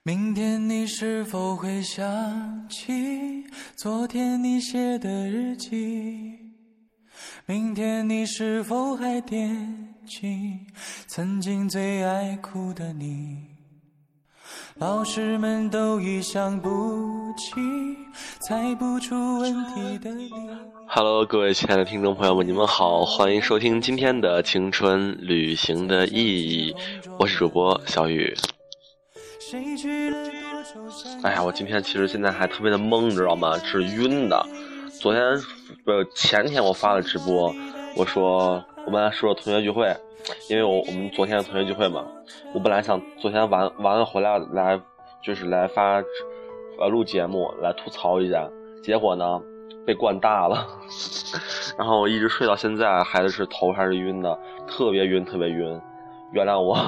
明天你是否会想起昨天你写的日记？明天你是否还惦记曾经最爱哭的你？老师们都已想不起猜不出问题的你。 Hello， 各位亲爱的听众朋友们，你们好，欢迎收听今天的青春旅行的意义，我是主播小雨。哎呀，我今天其实现在还特别的懵，知道吗？是晕的。前天我发了直播，我说我们来说同学聚会，因为我们昨天的同学聚会嘛，我本来想昨天晚上回来就是来发录节目来吐槽一下，结果呢被灌大了，然后我一直睡到现在，还是头还是晕的，特别晕，原谅我。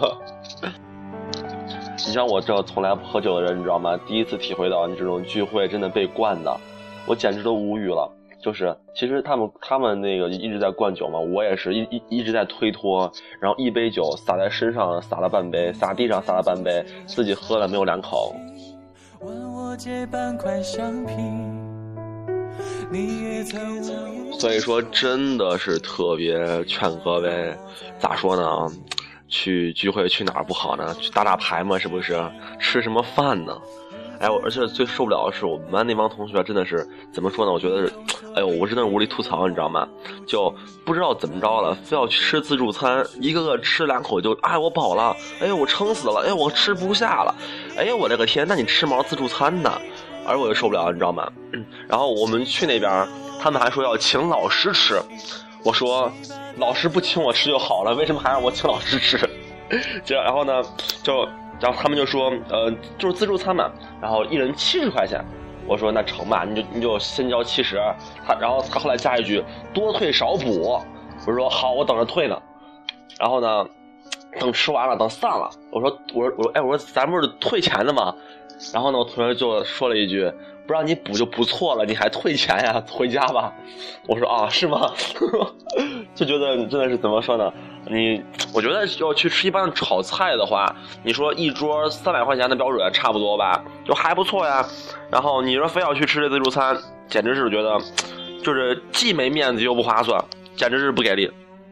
你像我这从来不喝酒的人，你知道吗？第一次体会到你这种聚会真的被灌的，我简直都无语了。就是其实他们那个一直在灌酒嘛，我也是一直在推脱，然后一杯酒洒在身上洒了半杯，洒地上洒了半杯，自己喝了没有2口。 问我借半块橡皮，你也曾无语。 所以说真的是特别劝各位，咋说呢？去聚会去哪儿不好呢？去打打牌嘛，是不是？吃什么饭呢？哎，而且最受不了的是我们班那帮同学真的是怎么说呢？我觉得是，哎呦，我真的是无力吐槽，你知道吗？就不知道怎么着了，非要去吃自助餐，一个个吃2口就，哎，我饱了，哎，我撑死了，哎，我吃不下了，哎，我这个天，那你吃毛自助餐呢？而我就受不了，你知道吗？然后我们去那边，他们还说要请老师吃，我说老师不请我吃就好了，为什么还让我请老师吃？然后呢，然后他们就说，就是自助餐嘛，然后1人70块钱。我说那成吧，你就先交70。然后他后来加一句多退少补。我说好，我等着退呢。然后呢，等吃完了，等散了，我说咱不是退钱的吗？然后呢，我同学就说了一句，不让你补就不错了，你还退钱呀？回家吧。我说啊，是吗？就觉得真的是怎么说呢？我觉得要去吃一般的炒菜的话，你说一桌300块钱的标准差不多吧，就还不错呀。然后你说非要去吃这自助餐，简直是觉得就是既没面子又不划算，简直是不给力。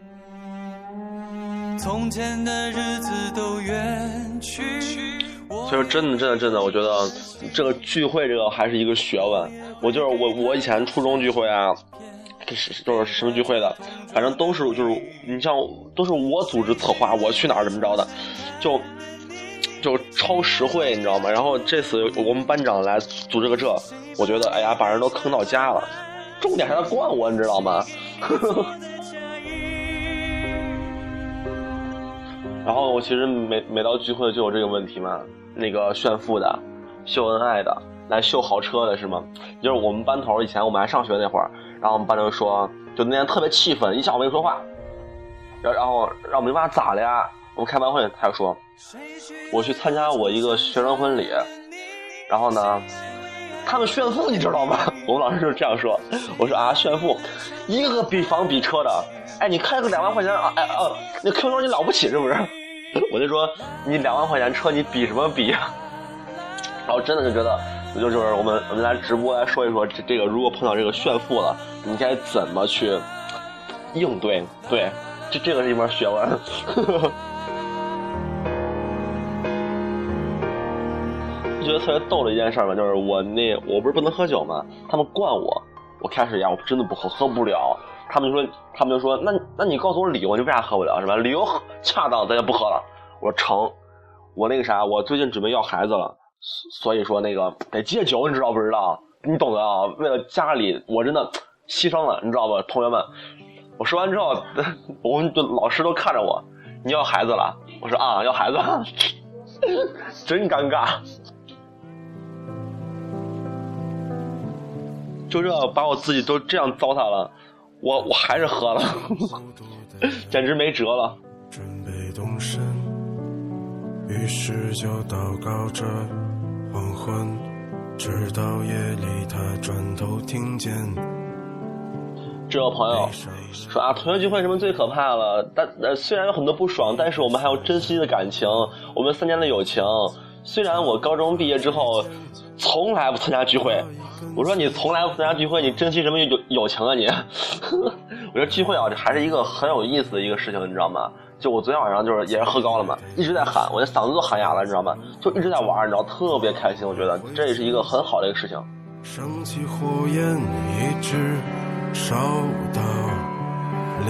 从前的日子都远去。 所以说真的，我觉得这个聚会这个还是一个学问。我以前初中聚会啊，就是什么聚会的，反正都是就是你像都是我组织策划，我去哪儿怎么着的，就超实惠，你知道吗？然后这次我们班长来组织个我觉得哎呀把人都坑到家了，重点还在灌我，你知道吗？然后我其实每到聚会就有这个问题嘛，那个炫富的、秀恩爱的、来秀豪车的是吗？就是我们班头以前我们还上学那会儿，然后我们班头说，就那天特别气愤，一下午没说话，然后让我们问他咋了呀？我们开完会，他就说，我去参加我一个学生婚礼，然后呢，他们炫富，你知道吗？我们老师就是这样说。我说啊，炫富，一个个比房比车的。哎，你开个2万块钱啊？那 QQ 装你了不起是不是？我就说你2万块钱车你比什么比啊？然后真的就觉得，就是我们来直播来说一说这个，如果碰到这个炫富了，你该怎么去应对？对，这个是一门学问。觉得特别逗的一件事嘛，就是我不是不能喝酒嘛，他们灌我开始呀，我真的不喝不了。他们就说，那你告诉我理由，你为啥喝不了是吧？理由恰当，咱就不喝了。我说成，我那个啥，我最近准备要孩子了，所以说那个得戒酒，你知道不知道？你懂的啊，为了家里，我真的牺牲了，你知道吧，同学们。我说完之后，我们老师都看着我，你要孩子了？我说啊，要孩子了。真尴尬。就这把我自己都这样糟蹋了，我还是喝了，简直没辙了。 准备动身，于是就祷告着黄昏，直到夜里他转头听见。 这位朋友说啊，同学聚会什么最可怕了？但虽然有很多不爽，但是我们还有珍惜的感情，我们3年的友情， 虽然我高中毕业之后从来不参加聚会，我说你从来不参加聚会，你珍惜什么友情啊你？我觉得聚会啊，这还是一个很有意思的一个事情，你知道吗？就我昨天晚上就是也是喝高了嘛，一直在喊，我的嗓子都喊哑了，你知道吗？就一直在玩，你知道，特别开心。我觉得这也是一个很好的一个事情。 升起火焰，一直烧到黎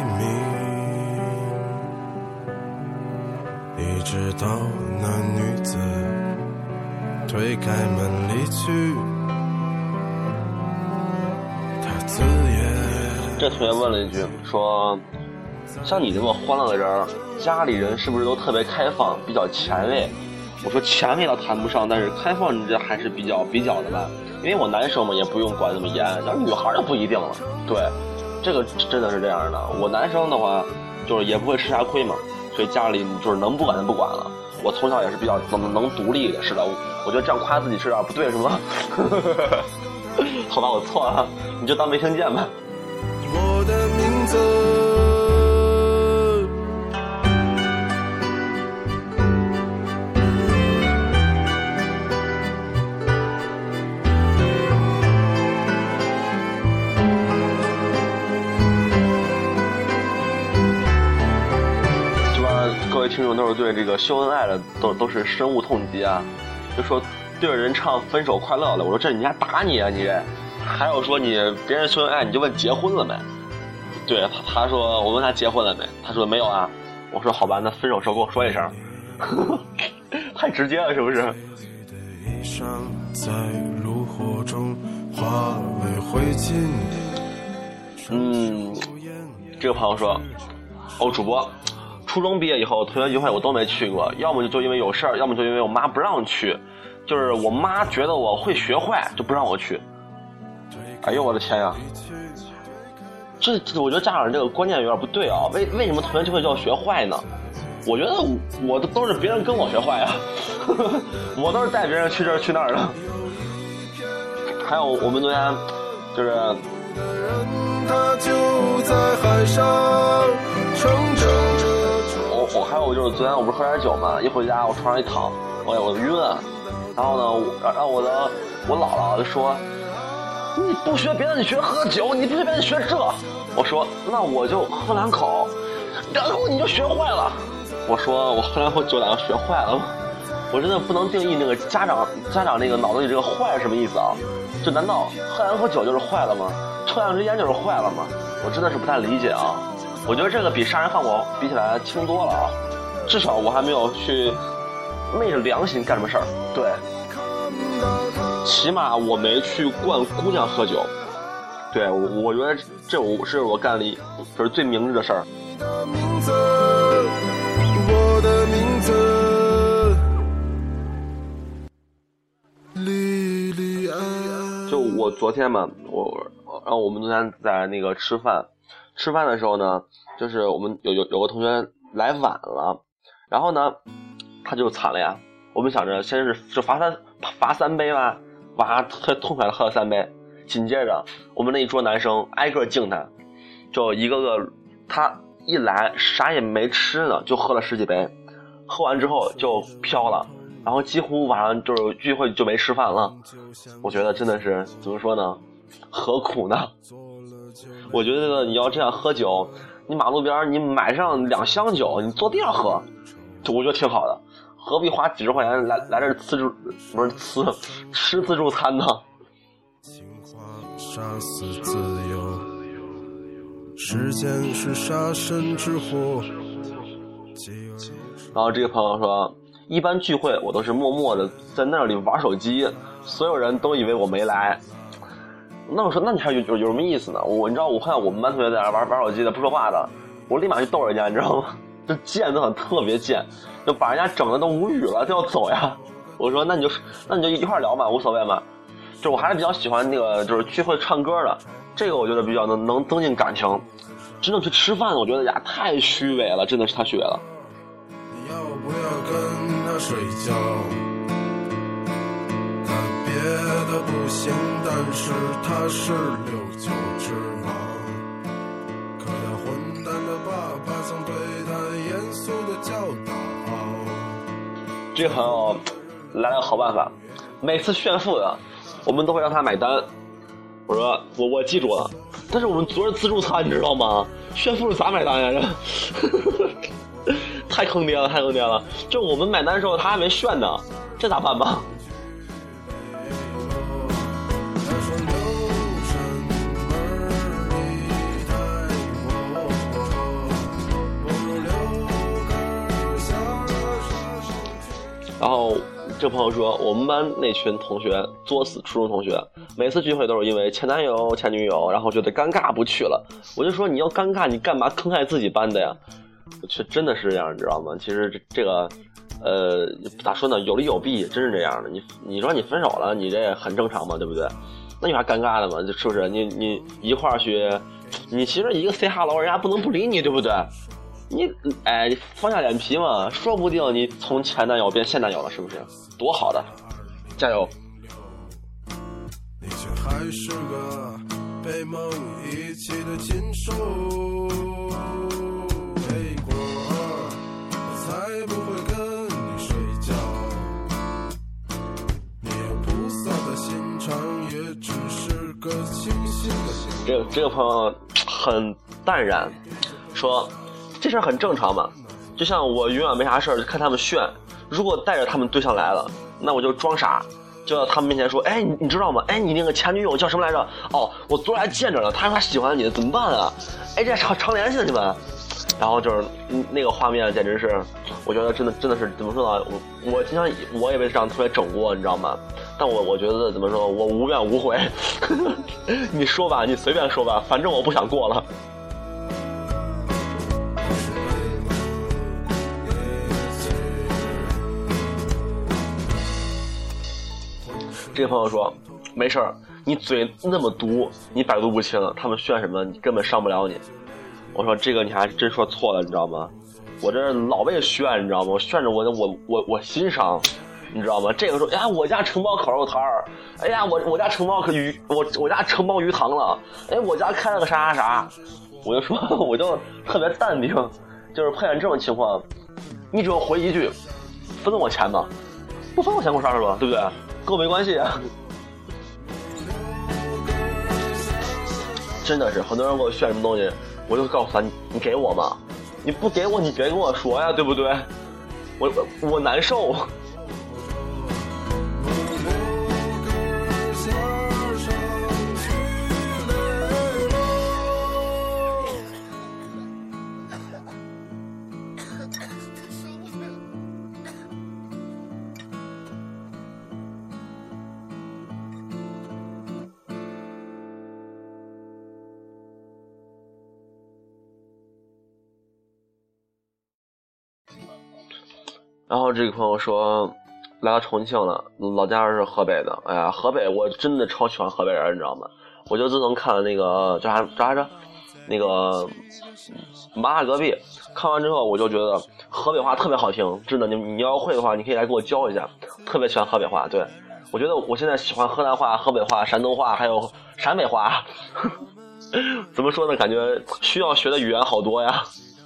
明，一直到那女子推开门离去。她自言， 这同学问了一句，说像你这么欢乐的人，家里人是不是都特别开放，比较前卫？我说前卫倒谈不上，但是开放你这还是比较的吧。因为我男生嘛，也不用管那么严，要女孩就不一定了。对，这个真的是这样的。我男生的话，就是也不会吃啥亏嘛，所以家里就是能不管就不管了。我从小也是比较能独立的，是的。我觉得这样夸自己是有点不对，是吗？好吧，我错了，你就当没听见吧。 我的名字。 各位听众都是对这个秀恩爱的都是深恶痛疾啊，就说对着人唱分手快乐了，我说这人家打你啊你这，还有说你别人秀恩爱你就问结婚了没？对，他说我问他结婚了没，他说没有啊，我说好吧，那分手时候跟我说一声，太直接了是不是？在炉火中化为灰烬。这个朋友说，主播。初中毕业以后，同学聚会我都没去过，要么就因为有事儿，要么就因为我妈不让去，就是我妈觉得我会学坏，就不让我去。哎呦我的天呀！这我觉得家长这个观念有点不对啊，为什么同学聚会就要学坏呢？我觉得我都是别人跟我学坏啊，我都是带别人去这儿去那儿的。还有我们昨天就是他就在海上乘着。还有就是昨天我不是喝点酒嘛，一回家我床上一躺，我晕了，然后呢，我姥姥就说，你不学别的，你学喝酒，你不学别的，你学这。我说那我就喝两口，然后你就学坏了。我说我喝两口酒，咋就学坏了？我真的不能定义那个家长那个脑子里这个坏是什么意思啊？就难道喝两口酒就是坏了吗？抽两支烟就是坏了吗？我真的是不太理解啊。我觉得这个比杀人放火比起来轻多了啊，至少我还没有去昧着良心干什么事儿。对，起码我没去灌姑娘喝酒。对，我觉得这是我干了就是最明智的事儿。我的名字莉莉安。就我昨天嘛，然后我们昨天在那个吃饭的时候呢，就是我们有个同学来晚了，然后呢他就惨了呀。我们想着先是就罚3杯吧，哇，特痛快的喝了3杯，紧接着我们那一桌男生挨个敬他，就一个个他一来啥也没吃呢，就喝了10几杯，喝完之后就飘了，然后几乎晚上就是聚会就没吃饭了。我觉得真的是怎么说呢，何苦呢？我觉得你要这样喝酒，你马路边你买上2箱酒，你坐地上喝，我觉得挺好的，何必花几十块钱来这吃自助餐呢？情话杀死自由，时间是杀身之祸。然后这个朋友说，一般聚会我都是默默的在那里玩手机，所有人都以为我没来。那我说，那你还有什么意思呢？你知道我看我们班同学在那玩手机的不说话的，我立马去逗人家，你知道吗？这贱都很特别贱，就把人家整的都无语了，就要走呀。我说那你就一块聊嘛，无所谓嘛。就我还是比较喜欢那个就是聚会唱歌的，这个我觉得比较能增进感情。真正去吃饭，我觉得呀太虚伪了，真的是太虚伪了。你要不要跟他睡觉？别的不行，但是他是69之王。可他混蛋的爸爸曾对他严肃的教导。这个朋友来了个好办法，每次炫富的我们都会让他买单。我说我记住了，但是我们昨日自助餐你知道吗？炫富是咋买单呀？这太坑爹了，太坑爹了！就我们买单的时候他还没炫呢，这咋办吧？然后这朋友说，我们班那群同学作死初中同学，每次聚会都是因为前男友前女友，然后觉得尴尬不去了。我就说你要尴尬，你干嘛坑害自己班的呀？却真的是这样，你知道吗？其实这个咋说呢，有利有弊，真是这样的。你说你分手了，你这也很正常嘛，对不对？那有啥尴尬的嘛？是不是？你一块儿去，你其实一个 say hello， 人家不能不理你，对不对？你放下脸皮嘛，说不定你从前男友变现男友了，是不是？多好的，加油！ 你却还是个被梦遗弃的禽兽，黑果我才不会跟你睡觉，你有菩萨的心肠，也只是个清醒的心。 这个朋友很淡然，说这事儿很正常嘛，就像我永远没啥事儿看他们炫，如果带着他们对象来了，那我就装傻，就在他们面前说，哎，你知道吗？哎，你那个前女友叫什么来着？哦，我昨儿还见着了，她说她喜欢你，怎么办啊？哎，这常联系的你们。然后就是那个画面简直是，我觉得真的是怎么说呢？我经常我也被这样特别整过，你知道吗？但我觉得怎么说，我无怨无悔。你说吧，你随便说吧，反正我不想过了。这个朋友说，没事儿，你嘴那么毒，你百毒不侵了，他们炫什么，你根本伤不了你。我说这个你还真说错了，你知道吗？我这老被炫，你知道吗？我炫着我心伤，你知道吗？这个说，哎呀，我家承包烤肉摊儿，哎呀，我家承包我家承包鱼塘了，哎，我家开了个啥啥啥，我就说我就特别淡定，就是碰见这种情况，你只要回一句，分我钱吧，不分我钱，我啥事了，对不对？跟我没关系啊。真的是很多人给我炫什么东西，我就告诉他，你给我嘛，你不给我，你别跟我说呀，对不对？我难受。然后这个朋友说，来到重庆了，老家是河北的。哎呀，河北我真的超喜欢河北人，你知道吗？我就自从看了那个叫啥来着，那个麻辣隔壁，看完之后我就觉得河北话特别好听，真的。你要会的话，你可以来给我教一下，特别喜欢河北话。对，我觉得我现在喜欢河南话、河北话、山东话，还有陕北话。怎么说呢？感觉需要学的语言好多呀。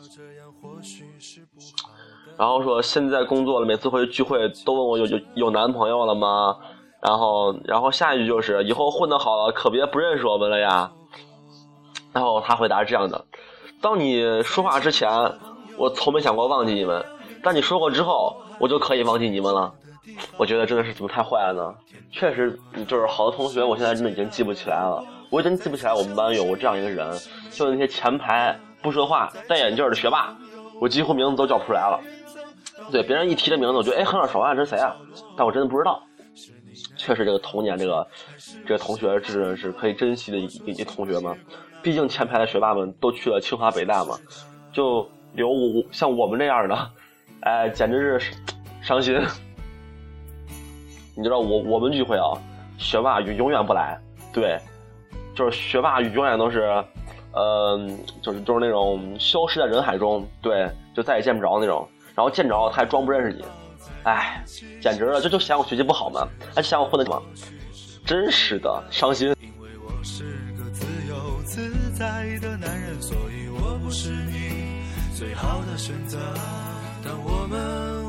然后说现在工作了，每次回去聚会都问我有男朋友了吗？然后下一句就是以后混得好了可别不认识我们了呀。然后他回答是这样的，当你说话之前我从没想过忘记你们，但你说过之后我就可以忘记你们了。我觉得真的是怎么太坏了呢？确实就是好多同学我现在真的已经记不起来了，我已经记不起来我们班有过这样一个人，就是那些前排不说话戴眼镜的学霸，我几乎名字都叫不出来了。对，别人一提这名字我觉得很耳熟啊，这是谁啊？但我真的不知道。确实这个童年这个同学是可以珍惜的一同学嘛，毕竟前排的学霸们都去了清华北大嘛，就留像我们这样的，哎，简直是伤心。你知道我们聚会啊，学霸永远不来，对，就是学霸永远都是就是那种消失在人海中，对，就再也见不着那种，然后见着他还装不认识你，哎，简直了，这就嫌我学习不好嘛，还嫌我混得什么，真是的伤心。 因为我是个自由自在的男人，所以我不是你最好的选择。当我们问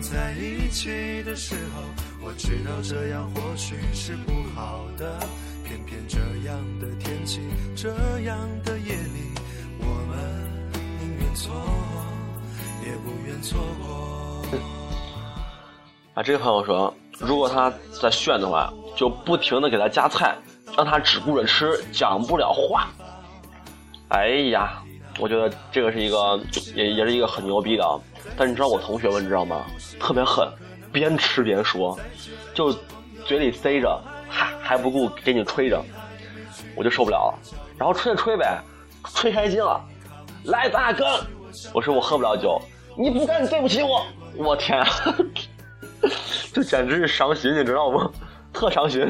在一起的时候，我知道这样或许是不好的，偏偏这样的天气，这样的夜里，我们宁愿错过，也不愿错过。 这个朋友说，如果他在炫的话，就不停的给他加菜，让他只顾着吃，讲不了话。哎呀，我觉得这个是一个也是一个很牛逼的啊。但是你知道我同学们知道吗？特别狠，边吃边说，就嘴里塞着，还不顾给你吹着，我就受不了了。然后吹着吹呗，吹开心了，来咱俩干。我说我喝不了酒，你不干你对不起我。我天啊，这简直是伤心，你知道吗？特伤心。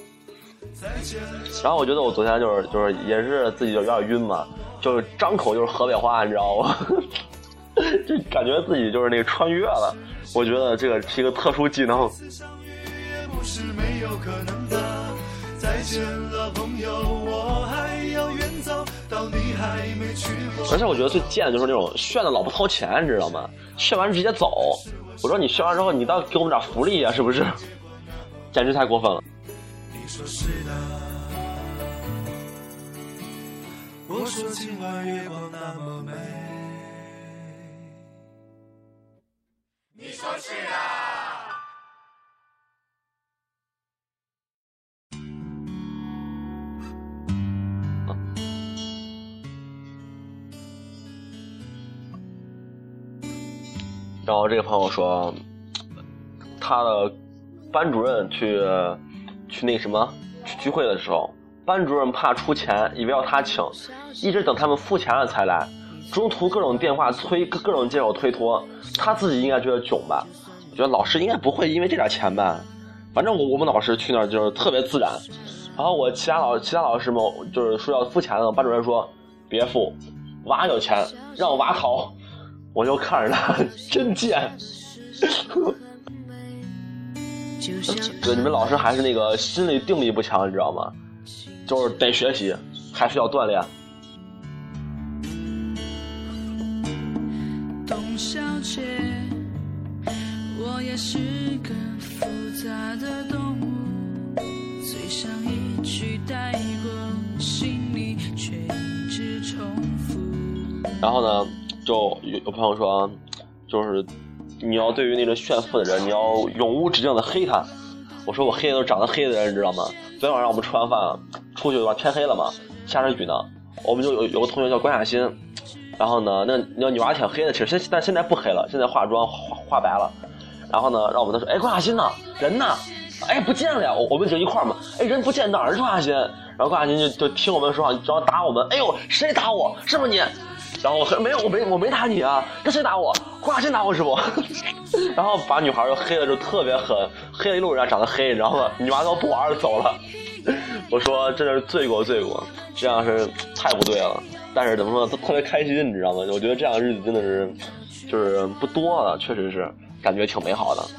然后我觉得我昨天就是也是自己就有点晕嘛，就是张口就是河北话，你知道吗？就感觉自己就是那个穿越了。我觉得这个是一个特殊技能。再见了朋友，我还要远走到你还没去过。而且我觉得最贱的就是那种炫的老不掏钱，你知道吗？炫完直接走。我说你炫完之后，你倒给我们点福利啊，是不是？简直太过分了。 你说是的，我说今晚月光那么美。你说是的。 然后这个朋友说，他的班主任去那什么去聚会的时候，班主任怕出钱，以为要他请，一直等他们付钱了才来，中途各种电话催，各种借口推脱，他自己应该觉得囧吧。我觉得老师应该不会因为这点钱吧，反正我们老师去那儿就是特别自然。然后我其他老师们就是说要付钱的，班主任说别付，娃有钱让娃掏。我就看着他真贱。对，你们老师还是那个心理定力不强，你知道吗？就是得学习，还需要锻炼。 董小姐，我也是个复杂的动物，嘴上一句带过，心里却一直重复。 然后呢，就有朋友说，就是你要对于那种炫富的人，你要永无止境的黑他。我说我黑的都是长得黑的人，你知道吗？昨天晚上我们吃完饭出去吧，天黑了嘛，下着雨呢，我们就有个同学叫关雅欣，然后呢，那女娃挺黑的，其实但现在不黑了，现在化妆化白了。然后呢，让我们他说，哎，关雅欣呢？人呢？哎，不见了呀！我们就一块嘛，哎，人不见哪儿？关雅欣。然后关雅欣就听我们说话，然后打我们，哎呦，谁打我？是不是你？然后我说没有，我没打你啊，这谁打我？关雅欣打我是不？然后把女孩又黑了，就特别狠，黑了一路人长得黑，然后女娃都不玩了走了。我说真的是罪过，这样是太不对了。但是怎么说，特别开心，你知道吗？我觉得这样的日子真的是就是不多了，确实是感觉挺美好的。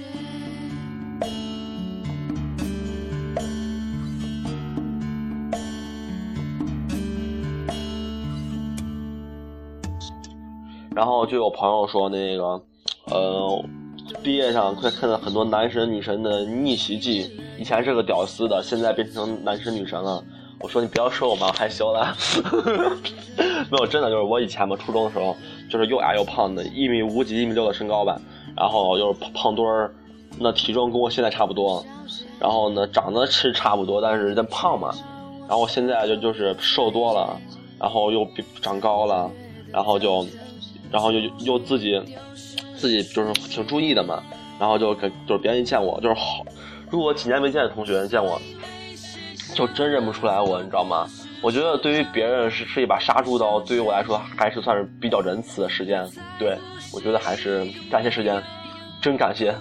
然后就有朋友说那个毕业上会看到很多男神女神的逆袭记，以前是个屌丝的，现在变成男神女神了。我说你不要说我嘛，害羞了。没有，真的就是我以前嘛，初中的时候就是又矮又胖的，1.5米、1.6米的身高吧，然后又是胖墩儿，那体重跟我现在差不多，然后呢长得是差不多，但是人胖嘛，然后现在就是瘦多了，然后又长高了，然后又自己就是挺注意的嘛，然后就是别人见我就是好，如果几年没见的同学见我，就真认不出来我，你知道吗？我觉得对于别人是一把杀猪刀，对于我来说还是算是比较仁慈的时间。对，我觉得还是感谢时间，真感谢。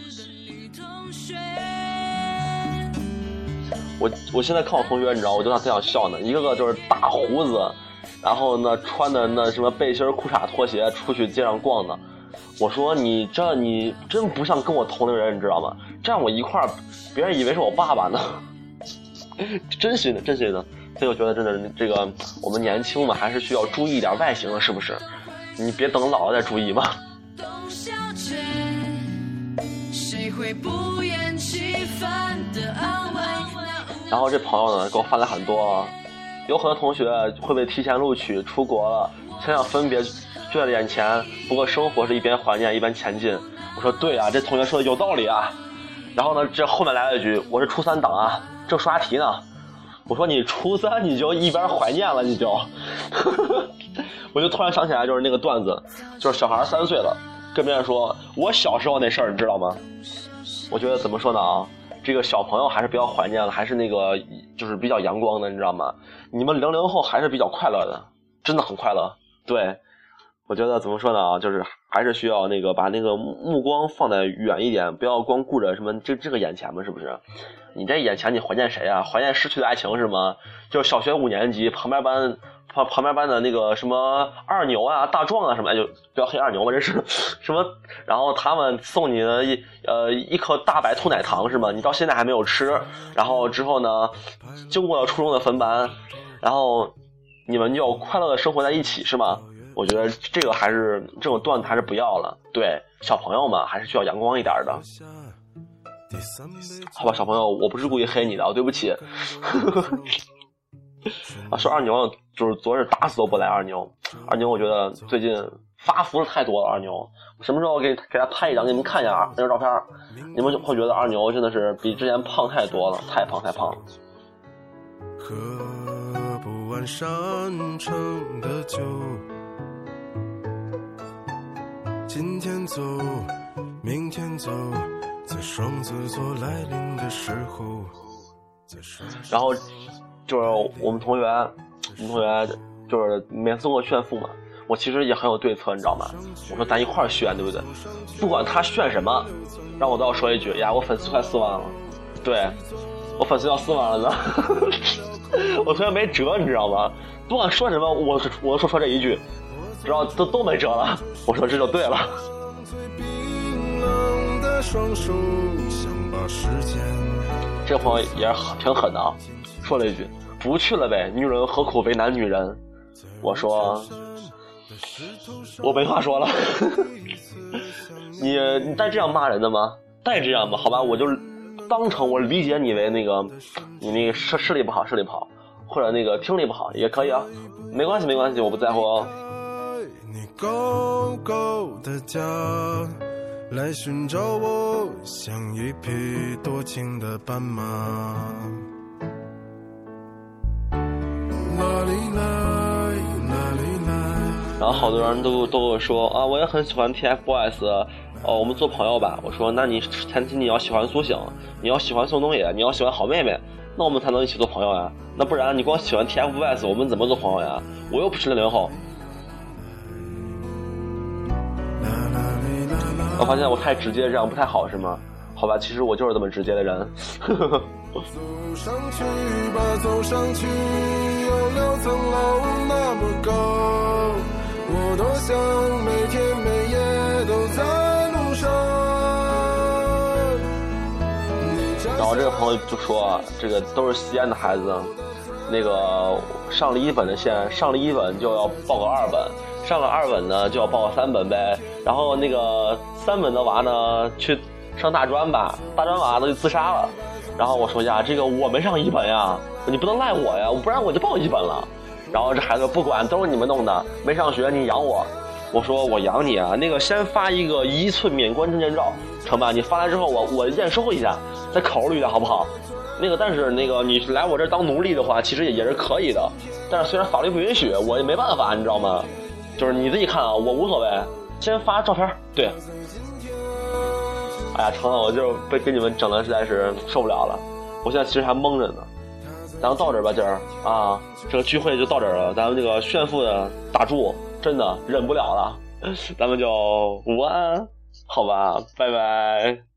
我现在看我同学，你知道，我就特想笑呢，一个个就是大胡子。然后呢，穿的那什么背心、裤衩、拖鞋出去街上逛的，我说你真不像跟我同龄人，你知道吗？这样我一块儿，别人以为是我爸爸呢。真心的。所以我觉得真的这个我们年轻嘛，还是需要注意一点外形的，是不是？你别等老了再注意嘛。 董小姐， 谁会不厌其烦的安慰？ 然后这朋友呢给我发了很多，有很多同学会被提前录取出国了，想分别就在眼前，不过生活是一边怀念一边前进。我说对啊，这同学说的有道理啊。然后呢，这后面来了一句，我是初3党啊，正刷题呢。我说你初3你就一边怀念了，你就我就突然想起来，就是那个段子，就是小孩3岁了跟别人说我小时候那事儿，你知道吗？我觉得怎么说呢啊，这个小朋友还是比较怀念的，还是那个就是比较阳光的，你知道吗？你们00后还是比较快乐的，真的很快乐。对，我觉得怎么说呢啊，就是还是需要那个把那个目光放得远一点，不要光顾着什么这个眼前嘛，是不是？你这眼前你怀念谁啊？怀念逝去的爱情是吗？就是小学5年级旁边班的那个什么二牛啊、大壮啊什么，就不要黑二牛嘛，这是什么？然后他们送你的一颗大白兔奶糖是吗？你到现在还没有吃。然后之后呢，经过了初中的分班，然后你们就快乐的生活在一起是吗？我觉得这个还是这种段子还是不要了。对，小朋友们还是需要阳光一点的。好吧，小朋友，我不是故意黑你的，对不起。啊，说二牛就是昨日打死都不来二牛，我觉得最近发福了太多了。二牛什么时候给他拍一张给你们看一下那张照片，你们会觉得二牛真的是比之前胖太多了，太胖了。 喝不完山城的酒，今天走明天走，在双子座来临的时候。 然后就是我们同学就是每次跟我炫富嘛，我其实也很有对策，你知道吗？我说咱一块儿炫，对不对？不管他炫什么，让我都要说一句呀，我粉丝快4万了。对，我粉丝要4万了呢。我同学没辙，你知道吗？不管说什么，我说这一句，知道都没辙了。我说这就对了。这个朋友也是挺狠的啊，说了一句不去了呗，女人何苦为难女人。我说我没话说了。你带这样骂人的吗？带这样吧，好吧，我就当成我理解你为那个你那个视力不好，或者那个听力不好也可以啊，没关系，我不在乎哦。 你高高的家来寻找我，像一匹多情的斑马。 然后好多人都跟我说啊，我也很喜欢 TFBOYS，我们做朋友吧。我说那你前提你要喜欢苏醒，你要喜欢宋冬野，你要喜欢好妹妹，那我们才能一起做朋友呀。那不然你光喜欢 TFBOYS， 我们怎么做朋友呀？我又不是00后。我发现我太直接，这样不太好是吗？好吧，其实我就是这么直接的人。 走上去吧，走上去，有6层楼那么高，我多想每天每夜都在路上。 然后这个朋友就说，这个都是西安的孩子，那个上了1本的线，上了1本就要报个2本，上了2本呢就要报个3本呗。然后那个3本的娃呢去上大专吧，大专娃子就自杀了。然后我说呀，这个我没上1本呀，你不能赖我呀，不然我就报1本了。然后这孩子不管，都是你们弄的，没上学你养我。我说我养你啊，那个先发一个1寸免冠证件照，成吧？你发来之后我验收一下，再考虑一下好不好？那个但是那个你来我这当奴隶的话，其实也是可以的，但是虽然法律不允许，我也没办法，你知道吗？就是你自己看啊，我无所谓，先发照片。对。哎呀，成了，我就被跟你们整的实在是受不了了。我现在其实还懵着呢。咱们到这儿吧，今儿啊，这个聚会就到这儿了。咱们这个炫富的打住，真的忍不了了。咱们就午安，好吧，拜拜。